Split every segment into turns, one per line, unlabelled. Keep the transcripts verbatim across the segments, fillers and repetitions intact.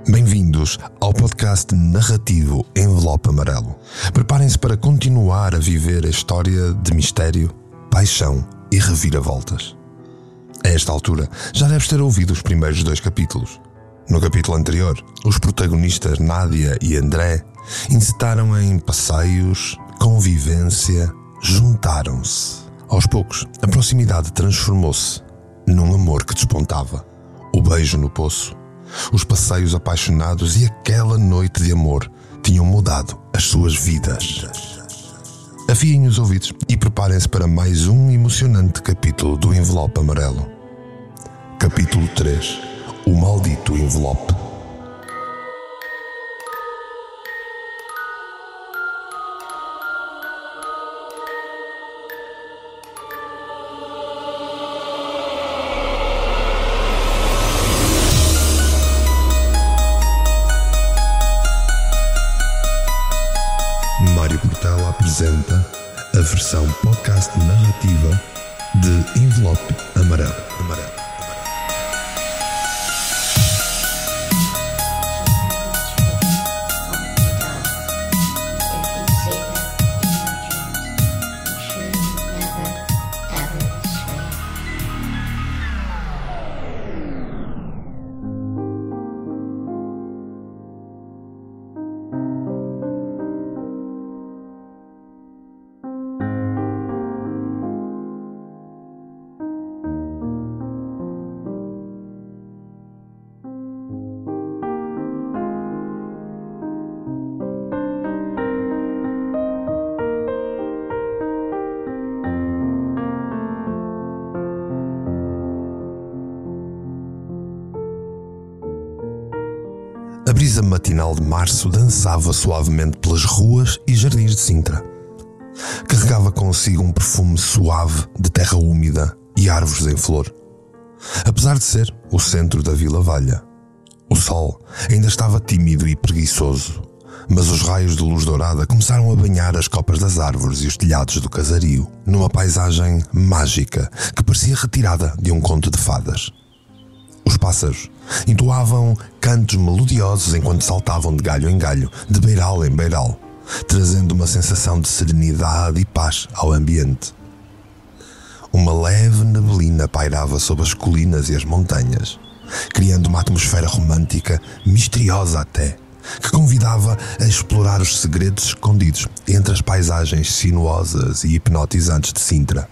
Bem-vindos ao podcast narrativo Envelope Amarelo. Preparem-se para continuar a viver a história de mistério, paixão e reviravoltas. A esta altura, já deves ter ouvido os primeiros dois capítulos. No capítulo anterior, os protagonistas Nádia e André incitaram em passeios, convivência, juntaram-se. Aos poucos, a proximidade transformou-se num amor que despontava. O beijo no poço, os passeios apaixonados e aquela noite de amor tinham mudado as suas vidas. Afiem os ouvidos e preparem-se para mais um emocionante capítulo do Envelope Amarelo. Capítulo três. O maldito envelope. Mário Portela apresenta a versão podcast narrativa de Envelope Amarelo. Amarelo. A brisa matinal de março dançava suavemente pelas ruas e jardins de Sintra. Carregava consigo um perfume suave de terra úmida e árvores em flor. Apesar de ser o centro da Vila Valha, o sol ainda estava tímido e preguiçoso, mas os raios de luz dourada começaram a banhar as copas das árvores e os telhados do casario, numa paisagem mágica que parecia retirada de um conto de fadas. Os pássaros entoavam cantos melodiosos enquanto saltavam de galho em galho, de beiral em beiral, trazendo uma sensação de serenidade e paz ao ambiente. Uma leve neblina pairava sobre as colinas e as montanhas, criando uma atmosfera romântica, misteriosa até, que convidava a explorar os segredos escondidos entre as paisagens sinuosas e hipnotizantes de Sintra.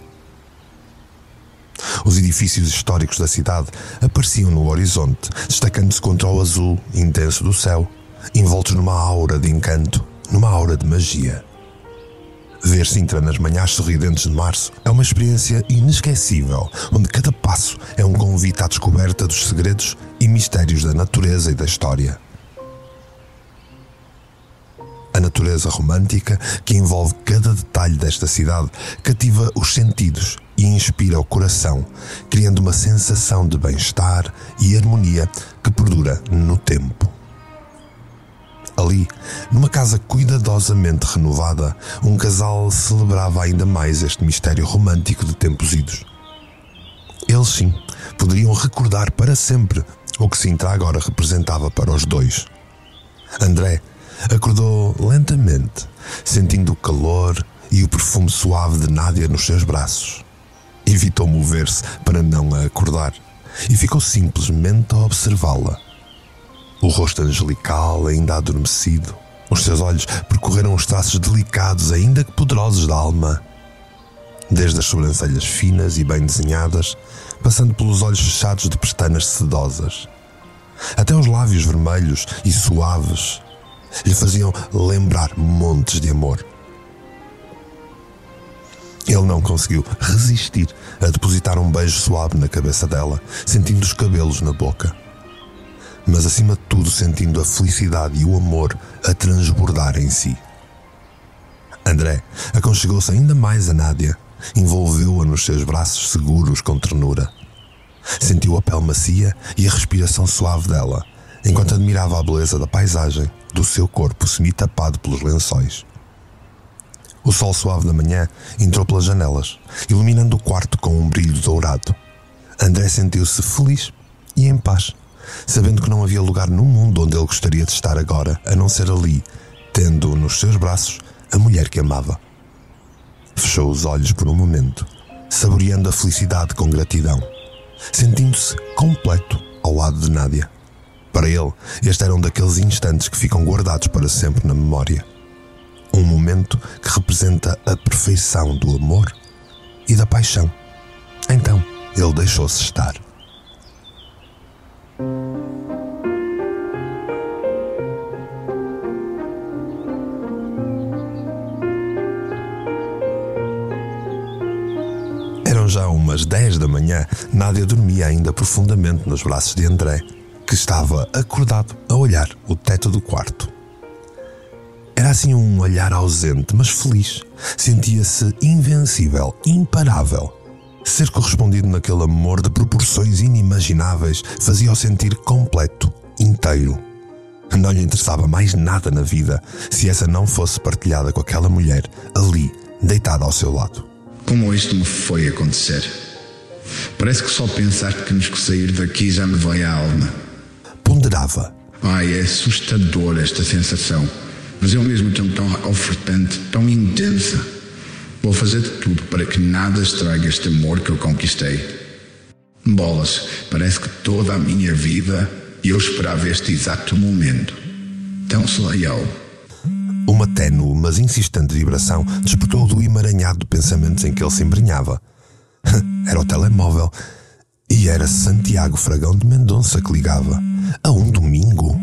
Os edifícios históricos da cidade apareciam no horizonte, destacando-se contra o azul intenso do céu, envoltos numa aura de encanto, numa aura de magia. Ver Sintra nas manhãs sorridentes de março é uma experiência inesquecível, onde cada passo é um convite à descoberta dos segredos e mistérios da natureza e da história. A natureza romântica, que envolve cada detalhe desta cidade, cativa os sentidos e inspira o coração, criando uma sensação de bem-estar e harmonia que perdura no tempo. Ali, numa casa cuidadosamente renovada, um casal celebrava ainda mais este mistério romântico de tempos idos. Eles sim, poderiam recordar para sempre o que Sintra agora representava para os dois. André acordou lentamente, sentindo o calor e o perfume suave de Nádia nos seus braços. Evitou mover-se para não a acordar e ficou simplesmente a observá-la. O rosto angelical ainda adormecido, os seus olhos percorreram os traços delicados ainda que poderosos da alma, desde as sobrancelhas finas e bem desenhadas, passando pelos olhos fechados de pestanas sedosas, até os lábios vermelhos e suaves lhe faziam lembrar montes de amor. Ele não conseguiu resistir a depositar um beijo suave na cabeça dela, sentindo os cabelos na boca. Mas acima de tudo sentindo a felicidade e o amor a transbordar em si. André aconchegou-se ainda mais a Nádia, envolveu-a nos seus braços seguros com ternura. Sentiu a pele macia e a respiração suave dela, enquanto admirava a beleza da paisagem, do seu corpo semi-tapado pelos lençóis. O sol suave da manhã entrou pelas janelas, iluminando o quarto com um brilho dourado. André sentiu-se feliz e em paz, sabendo que não havia lugar no mundo onde ele gostaria de estar agora, a não ser ali, tendo nos seus braços a mulher que amava. Fechou os olhos por um momento, saboreando a felicidade com gratidão, sentindo-se completo ao lado de Nádia. Para ele, este era um daqueles instantes que ficam guardados para sempre na memória. Um momento que representa a perfeição do amor e da paixão. Então, ele deixou-se estar. Eram já umas dez da manhã. Nádia dormia ainda profundamente nos braços de André, que estava acordado a olhar o teto do quarto. Era assim um olhar ausente, mas feliz. Sentia-se invencível, imparável. Ser correspondido naquele amor de proporções inimagináveis fazia-o sentir completo, inteiro. Não lhe interessava mais nada na vida se essa não fosse partilhada com aquela mulher ali, deitada ao seu lado.
Como isto me foi acontecer? Parece que só pensar que temos que sair daqui já me vai a alma.
Ponderava.
Ai, é assustadora esta sensação, mas é ao mesmo tempo tão reconfortante, tão intensa. Vou fazer de tudo para que nada estrague este amor que eu conquistei. Bolas, parece que toda a minha vida eu esperava este exato momento. Tão surreal.
Uma ténue, mas insistente vibração despertou do emaranhado de pensamentos em que ele se embrenhava. Era o telemóvel. E era Santiago Fragão de Mendonça que ligava. A um domingo.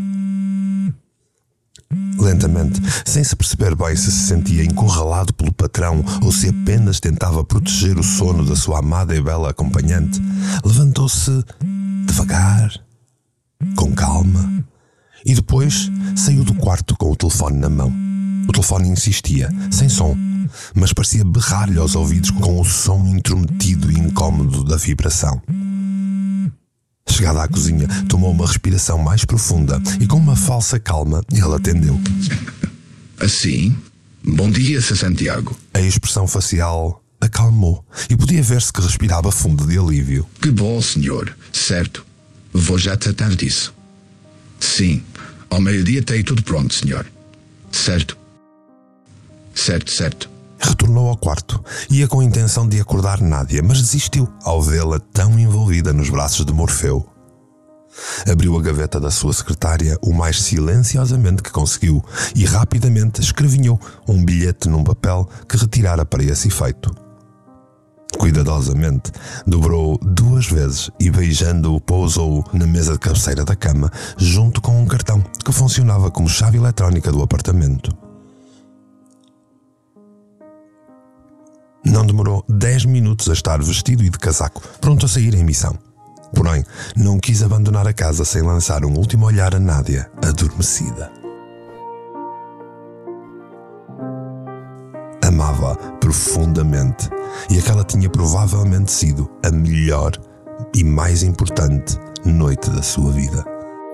Lentamente, sem se perceber bem se se sentia encurralado pelo patrão ou se apenas tentava proteger o sono da sua amada e bela acompanhante, levantou-se devagar, com calma, e depois saiu do quarto com o telefone na mão. O telefone insistia, sem som, mas parecia berrar-lhe aos ouvidos com o som intrometido e incômodo da vibração. Chegada à cozinha, tomou uma respiração mais profunda e com uma falsa calma ele atendeu.
Assim? Bom dia, Sr. Santiago.
A expressão facial acalmou e podia ver-se que respirava fundo de alívio.
Que bom, senhor. Certo. Vou já tratar disso. Sim. Ao meio-dia tem tudo pronto, senhor. Certo. Certo, certo.
Retornou ao quarto. Ia com a intenção de acordar Nádia, mas desistiu ao vê-la tão envolvida nos braços de Morfeu. Abriu a gaveta da sua secretária o mais silenciosamente que conseguiu e rapidamente escrevinhou um bilhete num papel que retirara para esse efeito. Cuidadosamente, dobrou duas vezes e beijando-o pousou-o na mesa de cabeceira da cama, junto com um cartão que funcionava como chave eletrónica do apartamento. Não demorou dez minutos a estar vestido e de casaco, pronto a sair em missão. Porém, não quis abandonar a casa sem lançar um último olhar a Nádia, adormecida. Amava profundamente, e aquela tinha provavelmente sido a melhor e mais importante noite da sua vida.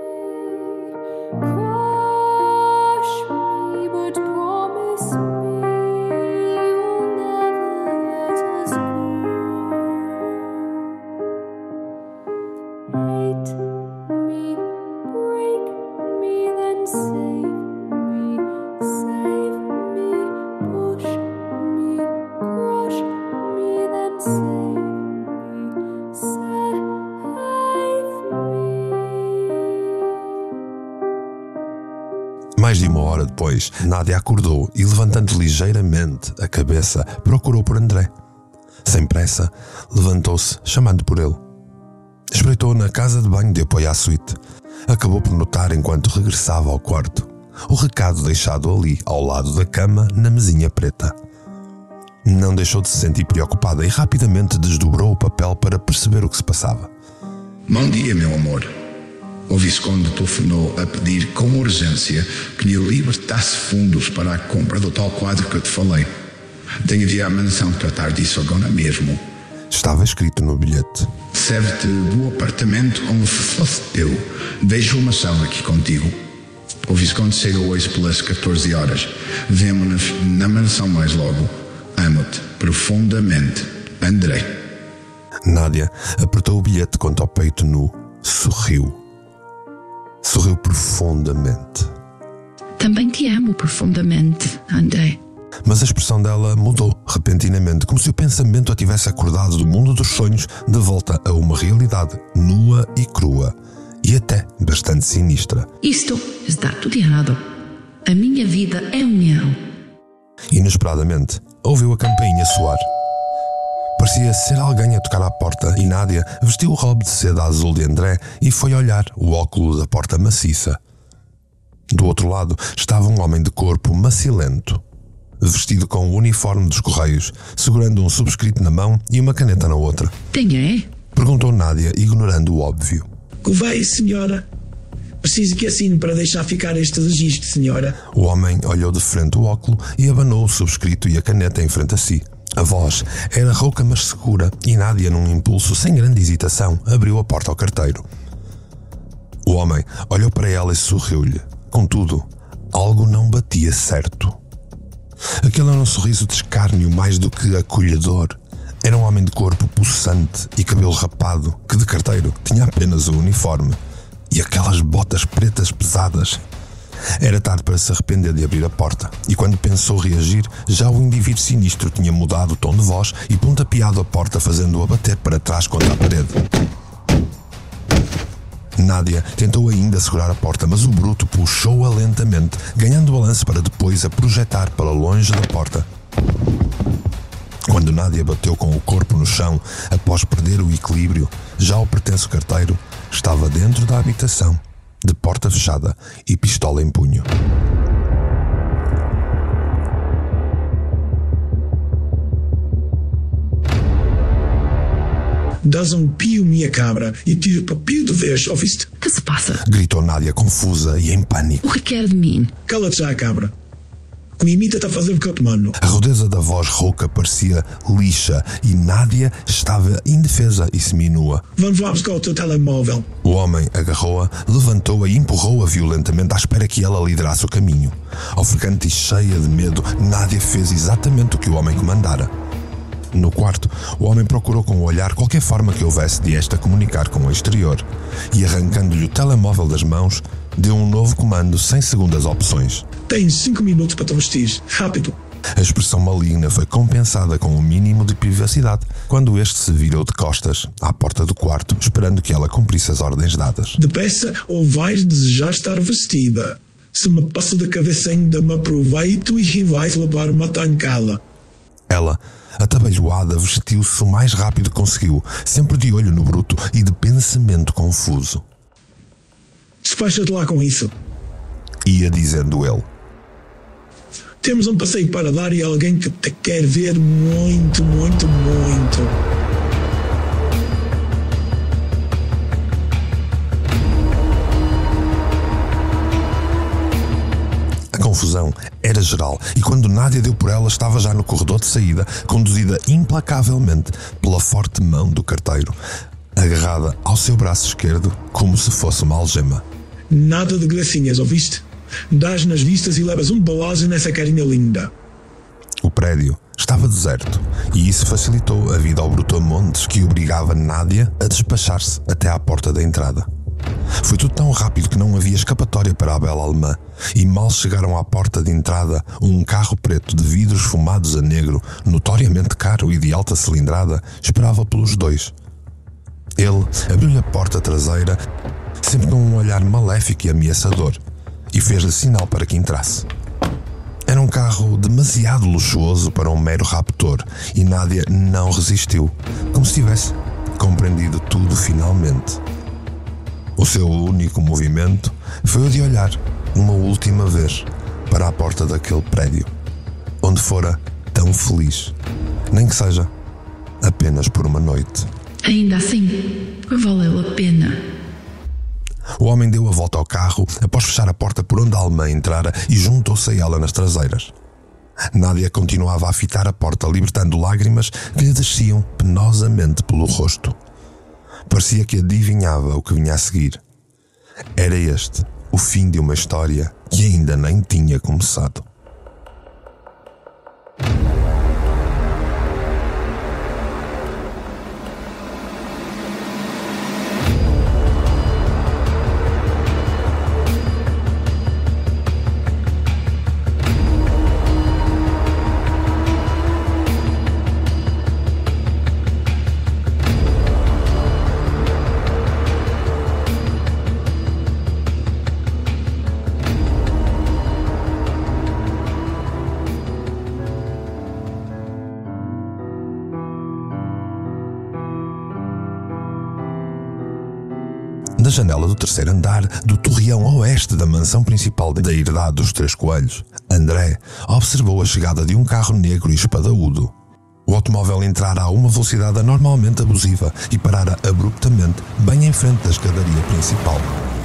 Mais de uma hora depois, Nádia acordou e, levantando ligeiramente a cabeça, procurou por André. Sem pressa, levantou-se, chamando por ele. Espreitou na casa de banho de apoio à suíte. Acabou por notar, enquanto regressava ao quarto, o recado deixado ali, ao lado da cama, na mesinha preta. Não deixou de se sentir preocupada e rapidamente desdobrou o papel para perceber o que se passava.
Bom dia, meu amor. O Visconde telefonou a pedir com urgência que lhe libertasse fundos para a compra do tal quadro que eu te falei. Tenho de ir à mansão tratar disso agora mesmo.
Estava escrito no bilhete.
Serve-te do apartamento onde fosse teu. Deixo uma sala aqui contigo. O Visconde chega hoje pelas catorze horas. Vemo-nos na mansão mais logo. Amo-te profundamente, André.
Nádia apertou o bilhete contra o peito nu, sorriu. Sorriu profundamente.
Também te amo profundamente, André.
Mas a expressão dela mudou repentinamente, como se o pensamento a tivesse acordado do mundo dos sonhos de volta a uma realidade nua e crua, e até bastante sinistra.
Isto está tudo errado. A minha vida é um erro.
Inesperadamente, ouviu a campainha soar. Parecia ser alguém a tocar à porta e Nádia vestiu o robe de seda azul de André e foi olhar o óculo da porta maciça. Do outro lado estava um homem de corpo macilento, vestido com o uniforme dos Correios, segurando um subscrito na mão e uma caneta na outra.
Quem é?
Perguntou Nádia, ignorando o óbvio.
Gouveia, senhora. Preciso que assine para deixar ficar este registro, senhora.
O homem olhou de frente o óculo e abanou o subscrito e a caneta em frente a si. A voz era rouca mas segura e Nádia, num impulso sem grande hesitação, abriu a porta ao carteiro. O homem olhou para ela e sorriu-lhe. Contudo, algo não batia certo. Aquele era um sorriso de escárnio mais do que acolhedor. Era um homem de corpo possante e cabelo rapado, que de carteiro tinha apenas o uniforme. E aquelas botas pretas pesadas. Era tarde para se arrepender de abrir a porta, e quando pensou reagir, já o indivíduo sinistro tinha mudado o tom de voz e pontapeado a porta, fazendo-a bater para trás contra a parede. Nádia tentou ainda segurar a porta, mas o bruto puxou-a lentamente, ganhando balanço para depois a projetar para longe da porta. Quando Nádia bateu com o corpo no chão, após perder o equilíbrio, já o pretenso carteiro estava dentro da habitação, de porta fechada e pistola em punho.
Dás um pio, minha cabra, e tiro para pio de vez, ouviste?
O que se passa?
Gritou Nádia, confusa e em pânico.
O que quer de mim?
Cala-te já, cabra. Que me imita-te a fazer o que eu te mando.
A rudeza da voz rouca parecia lixa e Nádia estava indefesa e seminua.
Vamos lá buscar o teu telemóvel.
O homem agarrou-a, levantou-a e empurrou-a violentamente à espera que ela liderasse o caminho. Ofegante e cheia de medo, Nádia fez exatamente o que o homem comandara. No quarto, o homem procurou com o olhar qualquer forma que houvesse de esta comunicar com o exterior e, arrancando-lhe o telemóvel das mãos, deu um novo comando sem segundas opções.
Tens cinco minutos para te vestir. Rápido.
A expressão maligna foi compensada com o mínimo de privacidade quando este se virou de costas à porta do quarto, esperando que ela cumprisse as ordens dadas.
Depressa ou vais desejar estar vestida. Se me passa da cabeça ainda me aproveito e vais levar uma tancada.
Ela, atabalhoada, vestiu-se o mais rápido que conseguiu, sempre de olho no bruto e de pensamento confuso.
Despacha-te lá com isso.
Ia dizendo ele.
Temos um passeio para dar e alguém que te quer ver muito, muito, muito.
A confusão era geral e quando Nádia deu por ela estava já no corredor de saída, conduzida implacavelmente pela forte mão do carteiro, agarrada ao seu braço esquerdo como se fosse uma algema.
Nada de gracinhas, ouviste? Dás nas vistas e levas um balazo nessa carinha linda.
O prédio estava deserto e isso facilitou a vida ao brutamontes que obrigava Nádia a despachar-se até à porta da entrada. Foi tudo tão rápido que não havia escapatória para a bela alemã e mal chegaram à porta de entrada, um carro preto de vidros fumados a negro, notoriamente caro e de alta cilindrada, esperava pelos dois. Ele abriu-lhe a porta traseira, sempre com um olhar maléfico e ameaçador, e fez-lhe sinal para que entrasse. Era um carro demasiado luxuoso para um mero raptor e Nádia não resistiu, como se tivesse compreendido tudo finalmente. O seu único movimento foi o de olhar uma última vez para a porta daquele prédio, onde fora tão feliz, nem que seja apenas por uma noite.
Ainda assim, valeu a pena.
O homem deu a volta ao carro após fechar a porta por onde a alemã entrara e juntou-se a ela nas traseiras. Nádia continuava a fitar a porta, libertando lágrimas que lhe desciam penosamente pelo rosto. Parecia que adivinhava o que vinha a seguir. Era este o fim de uma história que ainda nem tinha começado. Da janela do terceiro andar do torreão oeste da mansão principal da herdade dos Três Coelhos, André observou a chegada de um carro negro e espadaúdo. O automóvel entrara a uma velocidade anormalmente abusiva e parara abruptamente bem em frente da escadaria principal.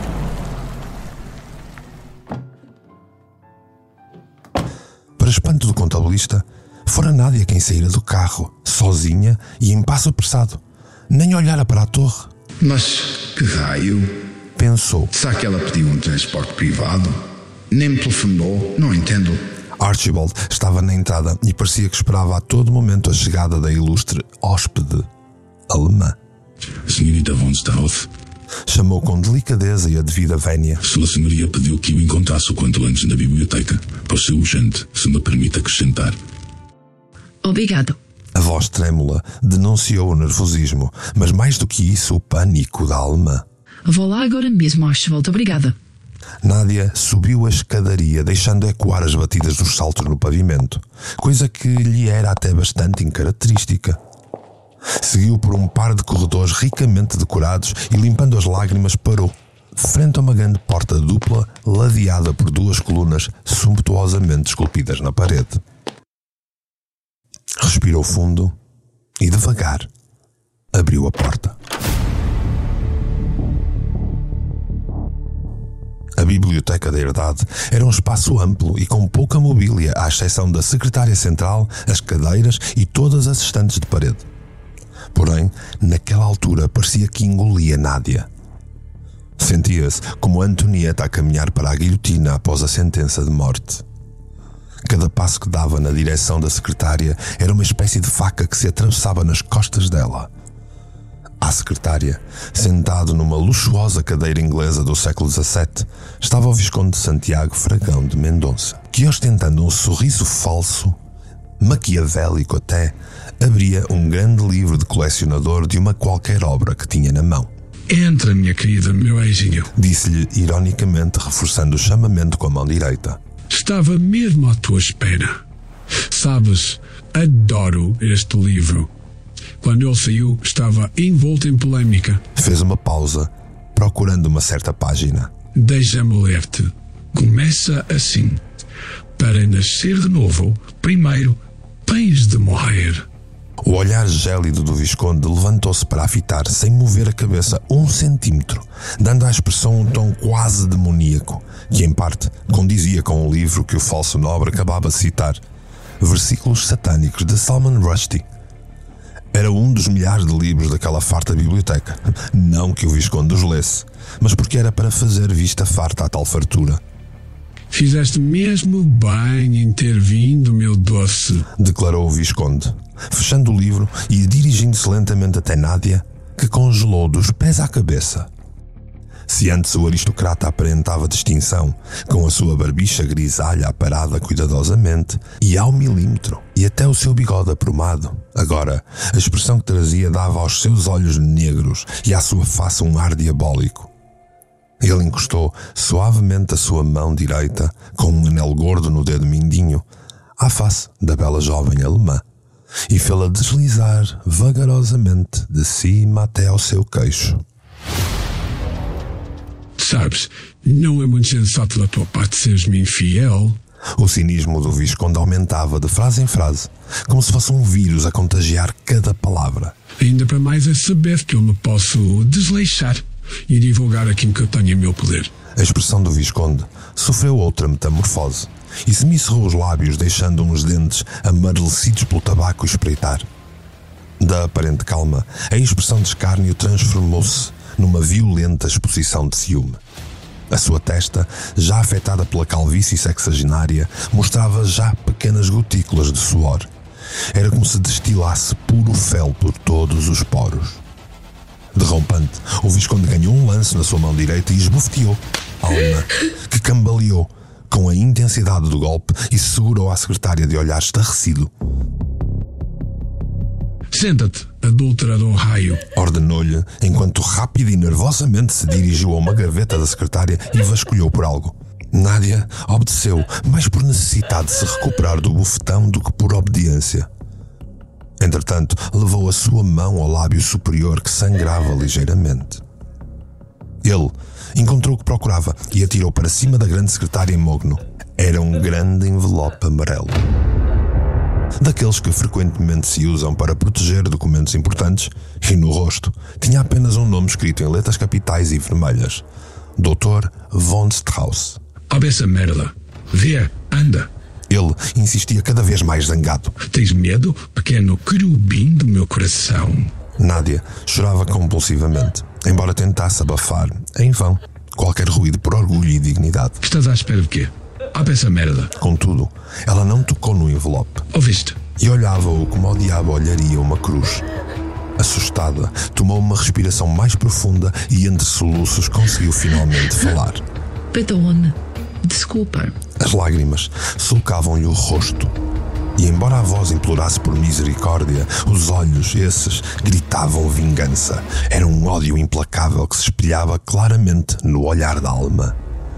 Para espanto do contabilista, fora Nádia quem saíra do carro, sozinha e em passo apressado. Nem olhara para a torre.
Mas que raio?
Pensou.
Será que ela pediu um transporte privado? Nem me telefonou? Não entendo.
Archibald estava na entrada e parecia que esperava a todo momento a chegada da ilustre hóspede alemã.
Senhorita von Strauss,
chamou com delicadeza e a devida vénia.
Sua senhoria pediu que o encontrasse o quanto antes na biblioteca. Por ser urgente, se me permite acrescentar.
Obrigado.
A voz trêmula denunciou o nervosismo, mas mais do que isso, o pânico da alemã.
Vou lá agora mesmo, Archibald. Obrigada.
Nádia subiu a escadaria, deixando ecoar as batidas dos saltos no pavimento, coisa que lhe era até bastante incaracterística. Seguiu por um par de corredores ricamente decorados e, limpando as lágrimas, parou, frente a uma grande porta dupla, ladeada por duas colunas sumptuosamente esculpidas na parede. Respirou fundo e, devagar, abriu a porta. A biblioteca da herdade era um espaço amplo e com pouca mobília, à exceção da secretária central, as cadeiras e todas as estantes de parede. Porém, naquela altura parecia que engolia Nádia. Sentia-se como Antonieta a caminhar para a guilhotina após a sentença de morte. Cada passo que dava na direção da secretária era uma espécie de faca que se atravessava nas costas dela. À secretária, sentado numa luxuosa cadeira inglesa do século dezassete, estava o Visconde Santiago Fragão de Mendonça, que, ostentando um sorriso falso, maquiavélico até, abria um grande livro de colecionador de uma qualquer obra que tinha na mão.
Entra, minha querida, meu anjinho.
Disse-lhe ironicamente, reforçando o chamamento com a mão direita.
Estava mesmo à tua espera. Sabes, adoro este livro. Quando ele saiu, estava envolto em polêmica.
Fez uma pausa, procurando uma certa página.
Deixa-me ler-te. Começa assim. Para nascer de novo, primeiro tens de morrer.
O olhar gélido do Visconde levantou-se para a fitar, sem mover a cabeça um centímetro, dando à expressão um tom quase demoníaco, que em parte condizia com o livro que o falso nobre acabava de citar, versículos satânicos de Salman Rushdie. Era um dos milhares de livros daquela farta biblioteca. Não que o Visconde os lesse, mas porque era para fazer vista farta à tal fartura.
Fizeste mesmo bem em ter vindo, meu doce,
declarou o Visconde, fechando o livro e dirigindo-se lentamente até Nádia, que congelou dos pés à cabeça. Se antes o aristocrata aparentava distinção, com a sua barbicha grisalha aparada cuidadosamente e ao milímetro, e até o seu bigode aprumado, agora a expressão que trazia dava aos seus olhos negros e à sua face um ar diabólico. Ele encostou suavemente a sua mão direita, com um anel gordo no dedo mindinho, à face da bela jovem alemã, e fê-la deslizar vagarosamente de cima até ao seu queixo.
Sabes, não é muito sensato da tua parte seres-me infiel.
O cinismo do Visconde aumentava de frase em frase, como se fosse um vírus a contagiar cada palavra.
Ainda para mais é saber que eu me posso desleixar e divulgar aquilo que eu tenho em meu poder.
A expressão do Visconde sofreu outra metamorfose e semicerrou os lábios, deixando uns dentes amarelecidos pelo tabaco espreitar. Da aparente calma, a expressão de escárnio transformou-se numa violenta exposição de ciúme. A sua testa, já afetada pela calvície sexagenária, mostrava já pequenas gotículas de suor. Era como se destilasse puro fel por todos os poros. Derrompante, o Visconde ganhou um lance na sua mão direita e esbofeteou a alma, que cambaleou com a intensidade do golpe e segurou a secretária de olhar estarrecido.
Senta-te, adúlterador raio,
ordenou-lhe, enquanto rápido e nervosamente se dirigiu a uma gaveta da secretária e vasculhou por algo. Nádia obedeceu, mais por necessidade de se recuperar do bufetão do que por obediência. Entretanto, levou a sua mão ao lábio superior, que sangrava ligeiramente. Ele encontrou o que procurava e atirou para cima da grande secretária em mogno. Era um grande envelope amarelo, daqueles que frequentemente se usam para proteger documentos importantes, e no rosto tinha apenas um nome escrito em letras capitais e vermelhas: doutor Von Strauss.
Abre essa merda. Vê, anda.
Ele insistia cada vez mais zangado.
Tens medo, pequeno querubim do meu coração?
Nádia chorava compulsivamente, embora tentasse abafar, em vão, qualquer ruído por orgulho e dignidade.
Estás à espera de quê? Abre essa merda.
Contudo, ela não tocou no envelope.
Ouviste?
E olhava-o como ao diabo olharia uma cruz. Assustada, tomou uma respiração mais profunda e entre soluços conseguiu finalmente falar.
Perdona. Desculpa.
As lágrimas sulcavam-lhe o rosto. E embora a voz implorasse por misericórdia, os olhos, esses, gritavam vingança. Era um ódio implacável que se espelhava claramente no olhar da alma.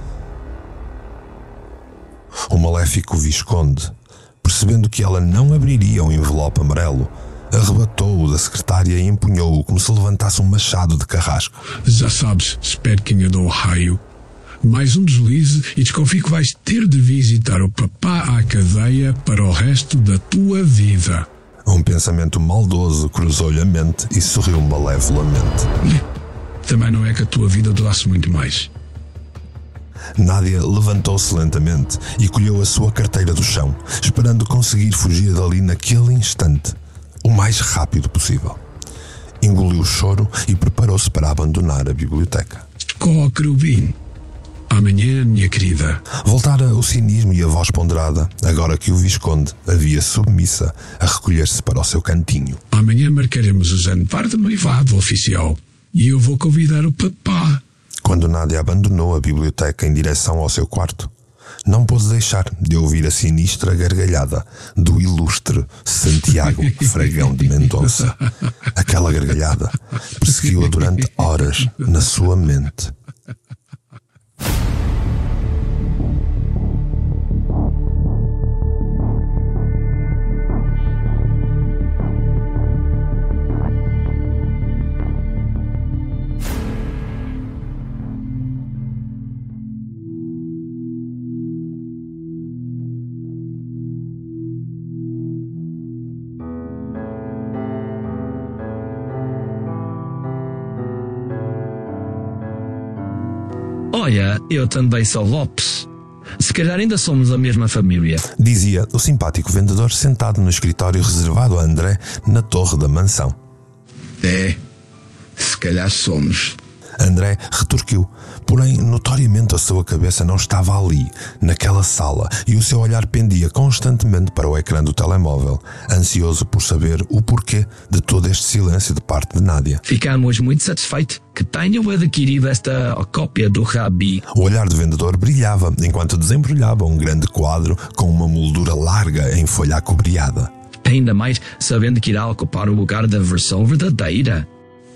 O maléfico Visconde, percebendo que ela não abriria o envelope amarelo, arrebatou-o da secretária e empunhou-o como se levantasse um machado de carrasco.
Já sabes, Sperkinha do Ohio. Mais um deslize e desconfio que vais ter de visitar o papá à cadeia para o resto da tua vida.
Um pensamento maldoso cruzou-lhe a mente e sorriu malevolamente.
Também não é que a tua vida durasse muito mais.
Nádia levantou-se lentamente e colheu a sua carteira do chão, esperando conseguir fugir dali naquele instante, o mais rápido possível. Engoliu o choro e preparou-se para abandonar a biblioteca.
Có, querubim. Amanhã, minha querida.
Voltara o cinismo e a voz ponderada, agora que o Visconde havia submissa a recolher-se para o seu cantinho.
Amanhã marcaremos o jantar de noivado oficial e eu vou convidar o papá.
Quando Nádia abandonou a biblioteca em direção ao seu quarto, não pôde deixar de ouvir a sinistra gargalhada do ilustre Santiago Fragão de Mendonça. Aquela gargalhada perseguiu-a durante horas na sua mente.
Olha, eu também sou Lopes. Se calhar ainda somos a mesma família.
Dizia o simpático vendedor sentado no escritório reservado a André na torre da mansão.
É, se calhar somos.
André retorquiu, porém notoriamente a sua cabeça não estava ali, naquela sala, e o seu olhar pendia constantemente para o ecrã do telemóvel, ansioso por saber o porquê de todo este silêncio de parte de Nádia.
Ficamos muito satisfeitos que tenham adquirido esta cópia do Rabi.
O olhar do vendedor brilhava enquanto desembrulhava um grande quadro com uma moldura larga em folha acobreada.
Ainda mais sabendo que irá ocupar o lugar da versão verdadeira.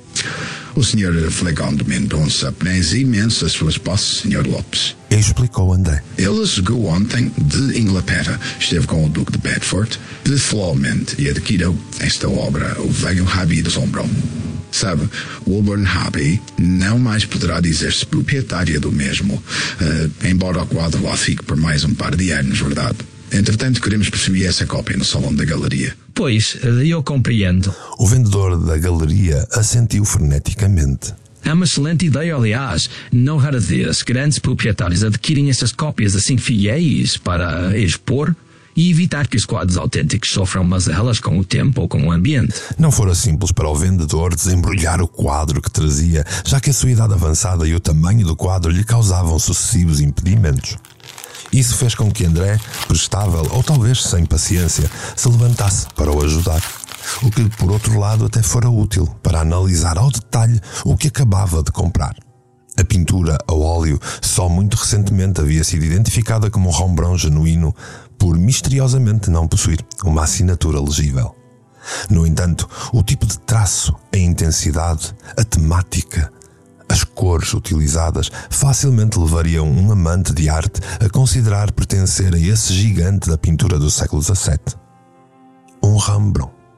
O senhor Fragão de Mendonça preza imenso as suas posses, senhor Lopes.
Explicou André.
Ele chegou ontem de Inglaterra, esteve com o Duque de Bedford, pessoalmente, e adquiriu esta obra, o velho Rabi de Sombrão. Sabe, Wilburn Rabi não mais poderá dizer-se proprietária do mesmo, uh, embora o quadro lá fique por mais um par de anos, verdade? Entretanto, queremos possuir essa cópia no salão da galeria.
Pois, eu compreendo.
O vendedor da galeria assentiu freneticamente.
É uma excelente ideia, aliás. Não raras vezes, grandes proprietários adquirem essas cópias assim fiéis para expor e evitar que os quadros autênticos sofram mazelas com o tempo ou com o ambiente.
Não fora simples para o vendedor desembrulhar o quadro que trazia, já que a sua idade avançada e o tamanho do quadro lhe causavam sucessivos impedimentos. Isso fez com que André, prestável ou talvez sem paciência, se levantasse para o ajudar. O que, por outro lado, até fora útil para analisar ao detalhe o que acabava de comprar. A pintura a óleo só muito recentemente havia sido identificada como um Rembrandt genuíno por misteriosamente não possuir uma assinatura legível. No entanto, o tipo de traço, a intensidade, a temática, as cores utilizadas facilmente levariam um amante de arte a considerar pertencer a esse gigante da pintura do século dezassete. Um Rembrandt.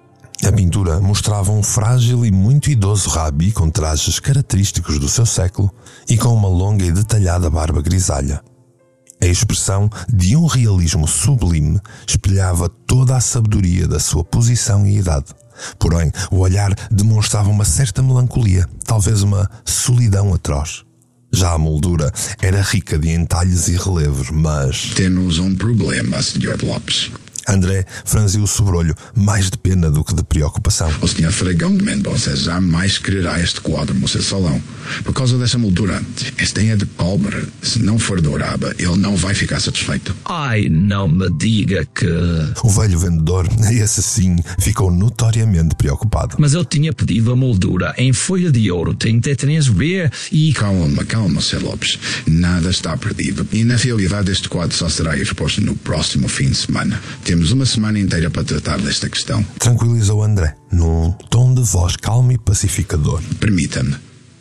A pintura mostrava um frágil e muito idoso rabi com trajes característicos do seu século e com uma longa e detalhada barba grisalha. A expressão de um realismo sublime espelhava toda a sabedoria da sua posição e idade. Porém, o olhar demonstrava uma certa melancolia, talvez uma solidão atroz. Já a moldura era rica de entalhes e relevos, mas...
Temos um problema, senhor Lopes.
André franziu o sobrolho, mais de pena do que de preocupação.
O senhor Fragão de Mendonça jamais quererá este quadro no seu salão. Por causa dessa moldura, esta é de cobre. Se não for dourada, ele não vai ficar satisfeito.
Ai, não me diga que...
O velho vendedor, esse sim, ficou notoriamente preocupado.
Mas eu tinha pedido a moldura em folha de ouro, trinta e três B e...
Calma, calma, senhor Lopes. Nada está perdido. E na realidade este quadro só será exposto no próximo fim de semana. Temos uma semana inteira para tratar desta questão.
Tranquilizou André, num tom de voz calmo e pacificador.
Permita-me.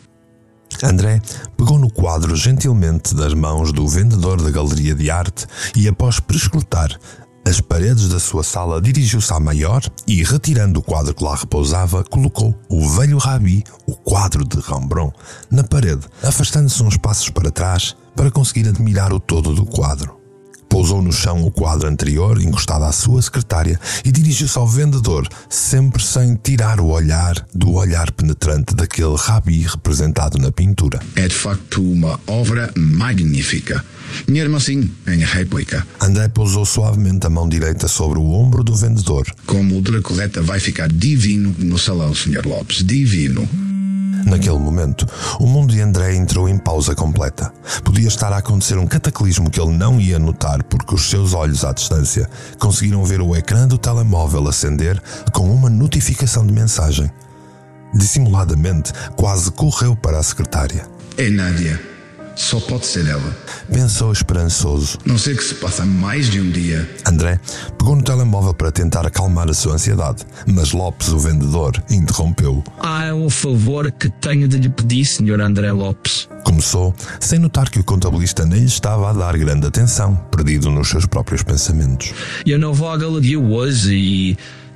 André pegou no quadro gentilmente das mãos do vendedor da galeria de arte e, após prescrutar as paredes da sua sala, dirigiu-se à maior e, retirando o quadro que lá repousava, colocou o velho rabi, o quadro de Rembrandt, na parede, afastando-se uns passos para trás para conseguir admirar o todo do quadro. Pousou no chão o quadro anterior, encostado à sua secretária, e dirigiu-se ao vendedor, sempre sem tirar o olhar do olhar penetrante daquele rabi representado na pintura.
É de facto uma obra magnífica. Mesmo assim, em réplica.
André pousou suavemente a mão direita sobre o ombro do vendedor.
Com a moldura correta vai ficar divino no salão, senhor Lopes. Divino.
Naquele momento, o mundo de André entrou em pausa completa. Podia estar a acontecer um cataclismo que ele não ia notar porque os seus olhos à distância conseguiram ver o ecrã do telemóvel acender com uma notificação de mensagem. Dissimuladamente, quase correu para a secretária.
É Nádia. Só pode ser ela.
Pensou esperançoso.
Não sei que se passa mais de um dia.
André pegou no telemóvel para tentar acalmar a sua ansiedade, mas Lopes, o vendedor, interrompeu-o.
Ah, é um favor que tenho de lhe pedir, senhor André Lopes.
Começou, sem notar que o contabilista nem lhe estava a dar grande atenção, perdido nos seus próprios pensamentos.
Eu não vou à galeria hoje e...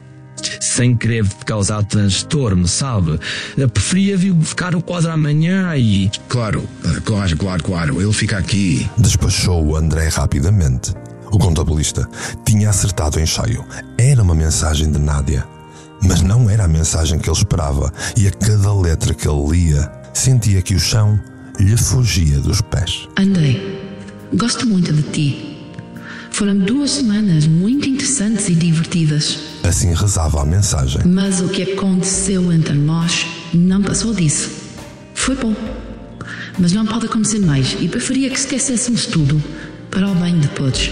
sem querer causar transtorno, sabe? Eu preferia vir buscar o quadro amanhã e...
Claro, claro, claro, claro. Ele fica aqui.
Despachou o André rapidamente. O contabilista tinha acertado em cheio. Era uma mensagem de Nádia. Mas não era a mensagem que ele esperava, e a cada letra que ele lia, sentia que o chão lhe fugia dos pés.
André, gosto muito de ti. Foram duas semanas muito interessantes e divertidas.
Assim rezava a mensagem.
Mas o que aconteceu entre nós não passou disso. Foi bom, mas não pode acontecer mais e preferia que esquecêssemos tudo para o bem de todos.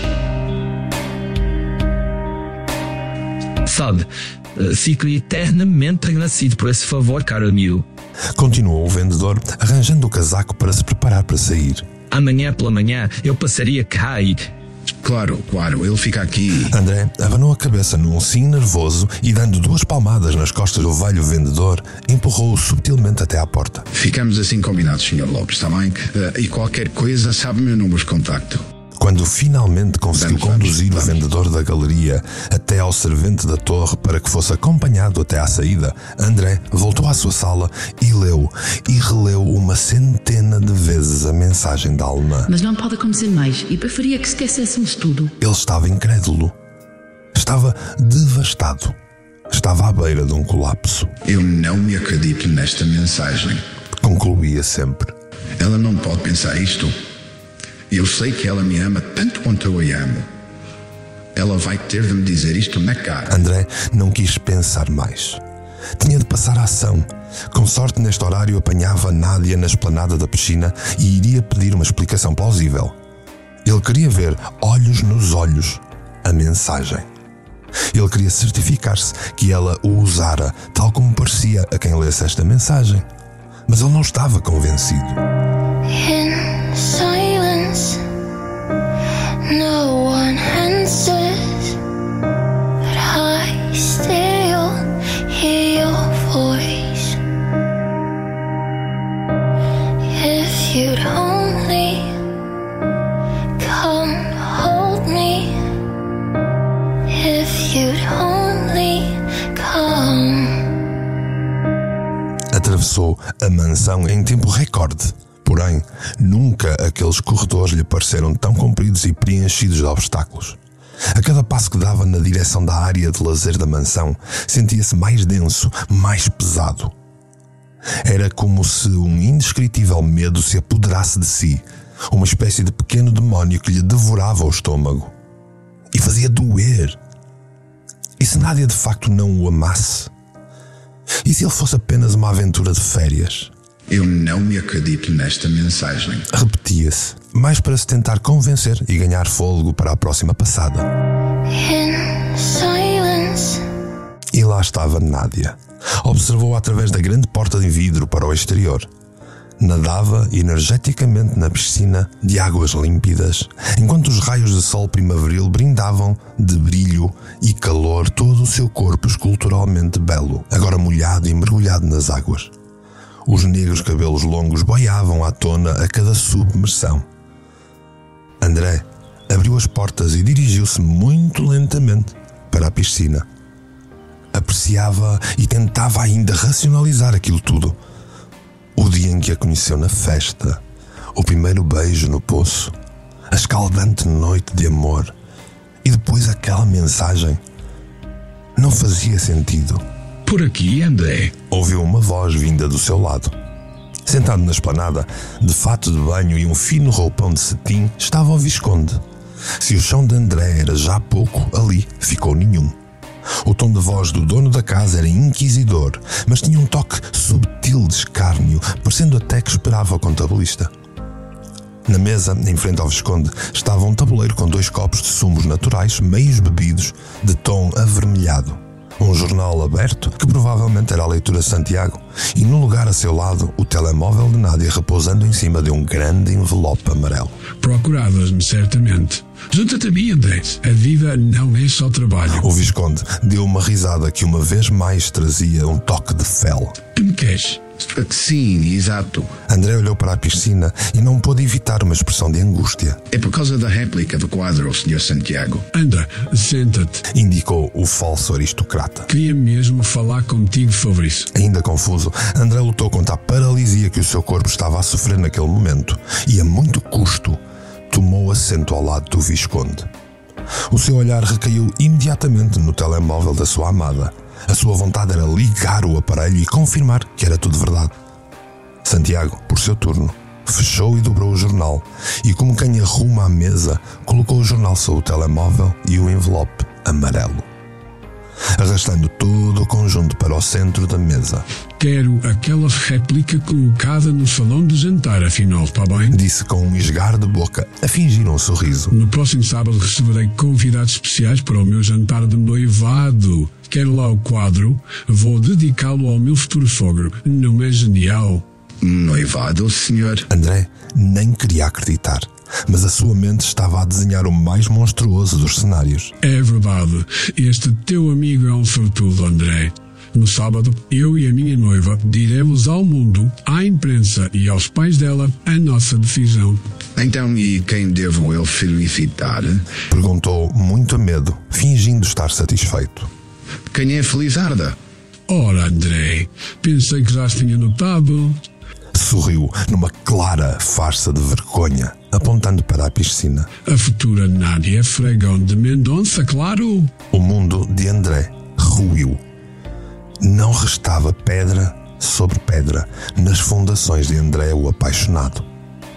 Sabe, fico eternamente agradecido por esse favor, caro amigo.
Continuou o vendedor, arranjando o casaco para se preparar para sair.
Amanhã pela manhã eu passaria cá e...
Claro, claro, ele fica aqui.
André abanou a cabeça num sim nervoso e, dando duas palmadas nas costas do velho vendedor, empurrou-o subtilmente até à porta.
Ficamos assim combinados, senhor Lopes, está bem? Uh, e qualquer coisa sabe o meu número de contacto.
Quando finalmente conseguiu
Vamos,
conduzir
vamos,
o
vamos.
vendedor da galeria até ao servente da torre para que fosse acompanhado até à saída, André voltou à sua sala e leu e releu uma centena de vezes a mensagem da alemã.
Mas não pode acontecer mais e preferia que esquecêssemos tudo.
Ele estava incrédulo. Estava devastado. Estava à beira de um colapso.
Eu não me acredito nesta mensagem.
Concluía sempre.
Ela não pode pensar isto. Eu sei que ela me ama tanto quanto eu a amo. Ela vai ter de me dizer isto na cara.
André não quis pensar mais. Tinha de passar à ação. Com sorte, neste horário, apanhava Nádia na esplanada da piscina e iria pedir uma explicação plausível. Ele queria ver, olhos nos olhos, a mensagem. Ele queria certificar-se que ela o usara, tal como parecia a quem lesse esta mensagem. Mas ele não estava convencido.
In silence, no one answers, but I still hear your voice. If you'd only come hold me, if you'd only come.
atravessou a mansão em tempo recorde. Porém, nunca aqueles corredores lhe pareceram tão compridos e preenchidos de obstáculos. A cada passo que dava na direção da área de lazer da mansão, sentia-se mais denso, mais pesado. Era como se um indescritível medo se apoderasse de si, uma espécie de pequeno demónio que lhe devorava o estômago. E fazia doer. E se Nádia de facto não o amasse? E se ele fosse apenas uma aventura de férias?
Eu não me acredito nesta mensagem.
Repetia-se, mais para se tentar convencer e ganhar fôlego para a próxima passada.
In silence,
E lá estava Nádia. Observou através da grande porta de vidro para o exterior. Nadava energeticamente na piscina de águas límpidas, enquanto os raios de sol primaveril brindavam de brilho e calor todo o seu corpo esculturalmente belo, agora molhado e mergulhado nas águas. Os negros cabelos longos boiavam à tona a cada submersão. André abriu as portas e dirigiu-se muito lentamente para a piscina. Apreciava e tentava ainda racionalizar aquilo tudo. O dia em que a conheceu na festa, o primeiro beijo no poço, a escaldante noite de amor e depois aquela mensagem. Não fazia sentido.
Por aqui, André.
Ouviu uma voz vinda do seu lado. Sentado na esplanada, de fato de banho e um fino roupão de cetim, estava o Visconde. Se o chão de André era já pouco, ali ficou nenhum. O tom de voz do dono da casa era inquisidor, mas tinha um toque subtil de escárnio, parecendo até que esperava o contabilista. Na mesa, em frente ao Visconde, estava um tabuleiro com dois copos de sumos naturais, meios bebidos, de tom avermelhado. Um jornal aberto, que provavelmente era a leitura de Santiago, e no lugar a seu lado, o telemóvel de Nádia repousando em cima de um grande envelope amarelo.
Procuravas-me, certamente. Junta-te a mim, André. A vida não é só trabalho.
O Visconde deu uma risada que uma vez mais trazia um toque de fel.
Que me queres?
Sim, exato.
André olhou para a piscina e não pôde evitar uma expressão de angústia.
É por causa da réplica do quadro, senhor Santiago.
Anda, senta-te.
Indicou o falso aristocrata.
Queria mesmo falar contigo sobre isso.
Ainda confuso, André lutou contra a paralisia que o seu corpo estava a sofrer naquele momento e, a muito custo, tomou assento ao lado do Visconde. O seu olhar recaiu imediatamente no telemóvel da sua amada. A sua vontade era ligar o aparelho e confirmar que era tudo verdade. Santiago, por seu turno, fechou e dobrou o jornal e, como quem arruma a mesa, colocou o jornal sobre o telemóvel e o envelope amarelo, arrastando todo o conjunto para o centro da mesa.
Quero aquela réplica colocada no salão de jantar, afinal, está bem?
Disse com um esgar de boca, a fingir um sorriso.
No próximo sábado receberei convidados especiais para o meu jantar de noivado. Quero lá o quadro, vou dedicá-lo ao meu futuro sogro. Não é genial?
Noivado, senhor?
André nem queria acreditar, mas a sua mente estava a desenhar o mais monstruoso dos cenários.
É verdade. Este teu amigo é um sortudo, André. No sábado, eu e a minha noiva diremos ao mundo, à imprensa e aos pais dela a nossa decisão.
Então, e quem devo eu felicitar?
Perguntou muito a medo, fingindo estar satisfeito.
Quem é Felizarda?
Ora, André, pensei que já se tinha notado.
Sorriu numa clara farsa de vergonha, apontando para a piscina.
A futura Nádia Fregão de Mendonça, claro.
O mundo de André ruiu. Não restava pedra sobre pedra nas fundações de André o apaixonado.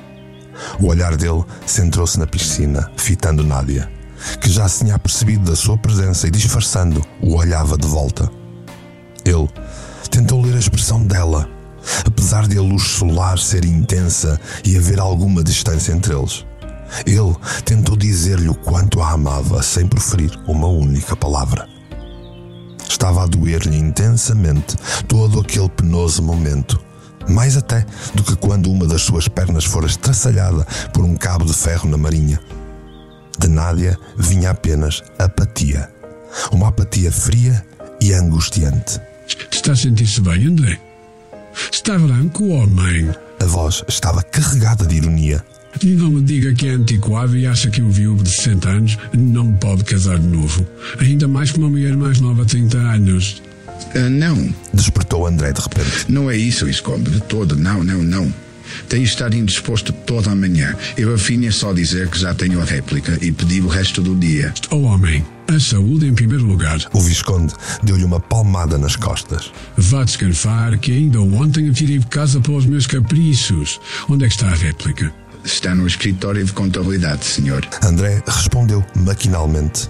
O olhar dele centrou-se na piscina, fitando Nádia, que já se tinha apercebido da sua presença e, disfarçando, o olhava de volta. Ele tentou ler a expressão dela, apesar de a luz solar ser intensa e haver alguma distância entre eles. Ele tentou dizer-lhe o quanto a amava sem proferir uma única palavra. Estava a doer-lhe intensamente todo aquele penoso momento, mais até do que quando uma das suas pernas fora estraçalhada por um cabo de ferro na marinha. De Nádia vinha apenas apatia, uma apatia fria e angustiante.
Está a sentir-se bem, André? Está branco, homem?
A voz estava carregada de ironia.
Não me diga que é antiquado e acha que um viúvo de sessenta anos não pode casar de novo. Ainda mais que uma mulher mais nova de trinta anos.
Uh, não.
Despertou André de repente.
Não é isso, Visconde, de todo. Não, não, não. Tenho de estar indisposto toda a manhã. Eu afim é só dizer que já tenho a réplica e pedi o resto do dia.
Oh, homem, a saúde em primeiro lugar.
O Visconde deu-lhe uma palmada nas costas.
Vá descansar que ainda ontem eu tirei de casa pelos meus caprichos. Onde é que está a réplica?
Está no escritório de contabilidade, senhor.
André respondeu maquinalmente.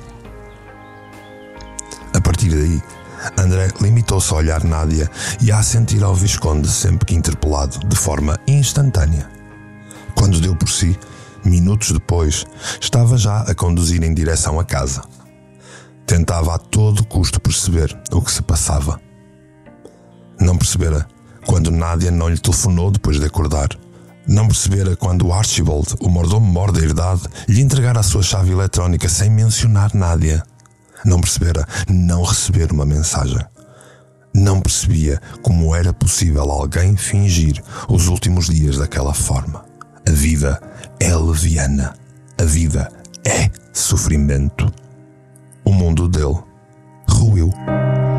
A partir daí, André limitou-se a olhar Nádia e a assentir ao Visconde sempre que interpelado, de forma instantânea. Quando deu por si, minutos depois, estava já a conduzir em direção à casa. Tentava a todo custo perceber o que se passava. Não percebera quando Nádia não lhe telefonou depois de acordar. Não percebera quando Archibald, o mordomo-mor da herdade, lhe entregara a sua chave eletrónica sem mencionar Nádia. Não percebera não receber uma mensagem. Não percebia como era possível alguém fingir os últimos dias daquela forma. A vida é leviana. A vida é sofrimento. O mundo dele ruiu.